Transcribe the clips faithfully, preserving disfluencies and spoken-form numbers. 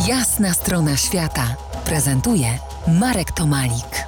Jasna strona świata prezentuje Marek Tomalik.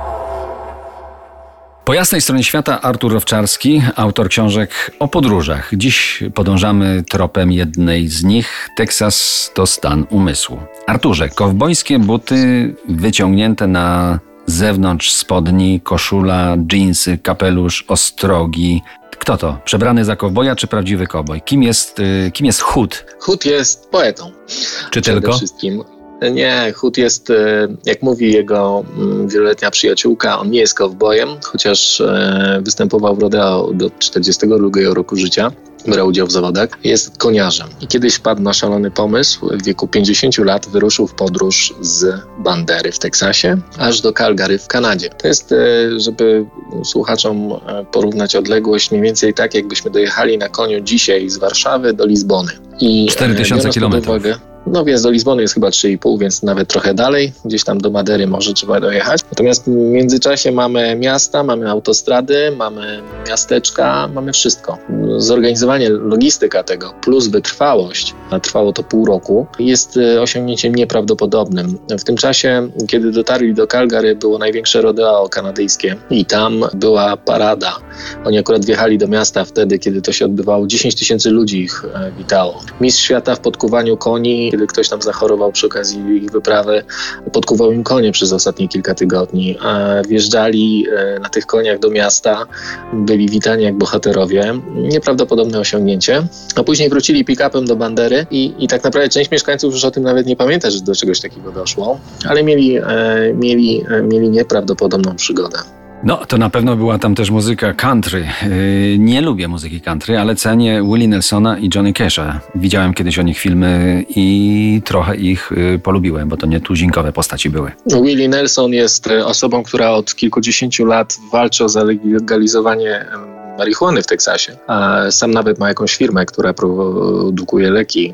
Po jasnej stronie świata Artur Owczarski, autor książek o podróżach. Dziś podążamy tropem jednej z nich. Teksas to stan umysłu. Arturze, kowbojskie buty wyciągnięte na zewnątrz spodni, koszula, dżinsy, kapelusz, ostrogi. Kto to? Przebrany za kowboja czy prawdziwy kowboj? Kim jest, kim jest Hood? Hood jest poetą. Czy Przede tylko? wszystkim. Nie, Hood jest, jak mówi jego wieloletnia przyjaciółka, on nie jest kowbojem, chociaż występował w rodeo do czterdziestego drugiego roku życia. Brał udział w zawodach. Jest koniarzem. I kiedyś wpadł na szalony pomysł. W wieku pięćdziesięciu lat wyruszył w podróż z Bandery w Teksasie aż do Calgary w Kanadzie. To jest, żeby słuchaczom porównać odległość, mniej więcej tak, jakbyśmy dojechali na koniu dzisiaj z Warszawy do Lizbony. I cztery tysiące kilometrów. No więc do Lizbony jest chyba trzy i pół, więc nawet trochę dalej. Gdzieś tam do Madery może trzeba dojechać. Natomiast w międzyczasie mamy miasta, mamy autostrady, mamy miasteczka, mamy wszystko. Zorganizowanie, logistyka tego plus wytrwałość, a trwało to pół roku, jest osiągnięciem nieprawdopodobnym. W tym czasie, kiedy dotarli do Calgary, było największe rodeo kanadyjskie i tam była parada. Oni akurat wjechali do miasta wtedy, kiedy to się odbywało. dziesięć tysięcy ludzi ich witało. Mistrz świata w podkuwaniu koni, kiedy ktoś tam zachorował przy okazji ich wyprawy, podkuwał im konie przez ostatnie kilka tygodni. Wjeżdżali na tych koniach do miasta, byli witani jak bohaterowie. Nieprawdopodobne osiągnięcie. A później wrócili pick-upem do Bandery i, i tak naprawdę część mieszkańców już o tym nawet nie pamięta, że do czegoś takiego doszło, ale mieli, e, mieli, e, mieli nieprawdopodobną przygodę. No, to na pewno była tam też muzyka country. Yy, nie lubię muzyki country, ale cenię Willie Nelsona i Johnny Casha. Widziałem kiedyś o nich filmy i trochę ich yy, polubiłem, bo to nie tuzinkowe postaci były. Willie Nelson jest osobą, która od kilkudziesięciu lat walczy o zalegalizowanie marihuany w Teksasie. Sam nawet ma jakąś firmę, która produkuje leki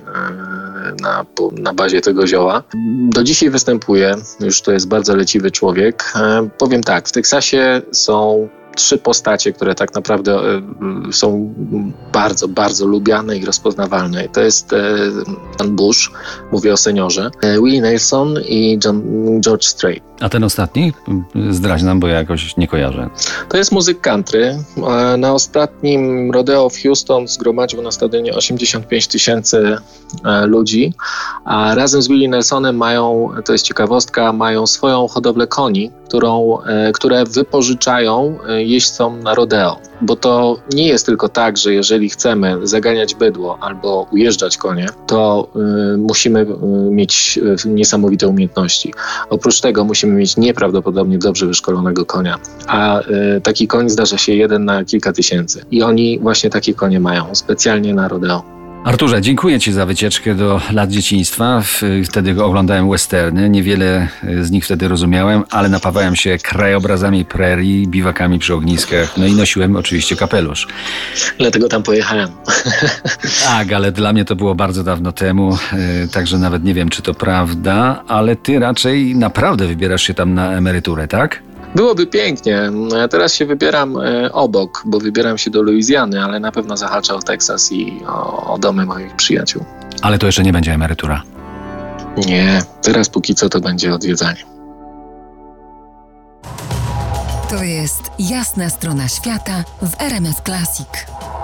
na, na bazie tego zioła. Do dzisiaj występuje, już to jest bardzo leciwy człowiek. Powiem tak, w Teksasie są trzy postacie, które tak naprawdę są bardzo, bardzo lubiane i rozpoznawalne. To jest John Bush, mówię o seniorze, Willie Nelson i John, George Strait. A ten ostatni? Zdradź nam, bo ja jakoś nie kojarzę. To jest muzyk country. Na ostatnim rodeo w Houston zgromadził na stadionie osiemdziesiąt pięć tysięcy ludzi, a razem z Willie Nelsonem mają, to jest ciekawostka, mają swoją hodowlę koni, którą, które wypożyczają jeźdźcom na rodeo. Bo to nie jest tylko tak, że jeżeli chcemy zaganiać bydło albo ujeżdżać konie, to y, musimy y, mieć y, niesamowite umiejętności. Oprócz tego musimy mieć nieprawdopodobnie dobrze wyszkolonego konia. A y, taki koń zdarza się jeden na kilka tysięcy. I oni właśnie takie konie mają specjalnie na rodeo. Arturze, dziękuję Ci za wycieczkę do lat dzieciństwa. Wtedy oglądałem westerny. Niewiele z nich wtedy rozumiałem, ale napawałem się krajobrazami prerii, biwakami przy ogniskach. No i nosiłem oczywiście kapelusz. Dlatego tam pojechałem. Tak, ale dla mnie to było bardzo dawno temu, także nawet nie wiem, czy to prawda, ale Ty raczej naprawdę wybierasz się tam na emeryturę, tak? Byłoby pięknie. Ja teraz się wybieram e, obok, bo wybieram się do Luizjany, ale na pewno zahaczę o Teksas i o, o domy moich przyjaciół. Ale to jeszcze nie będzie emerytura. Nie, teraz póki co to będzie odwiedzanie. To jest Jasna strona świata w R M F Classic.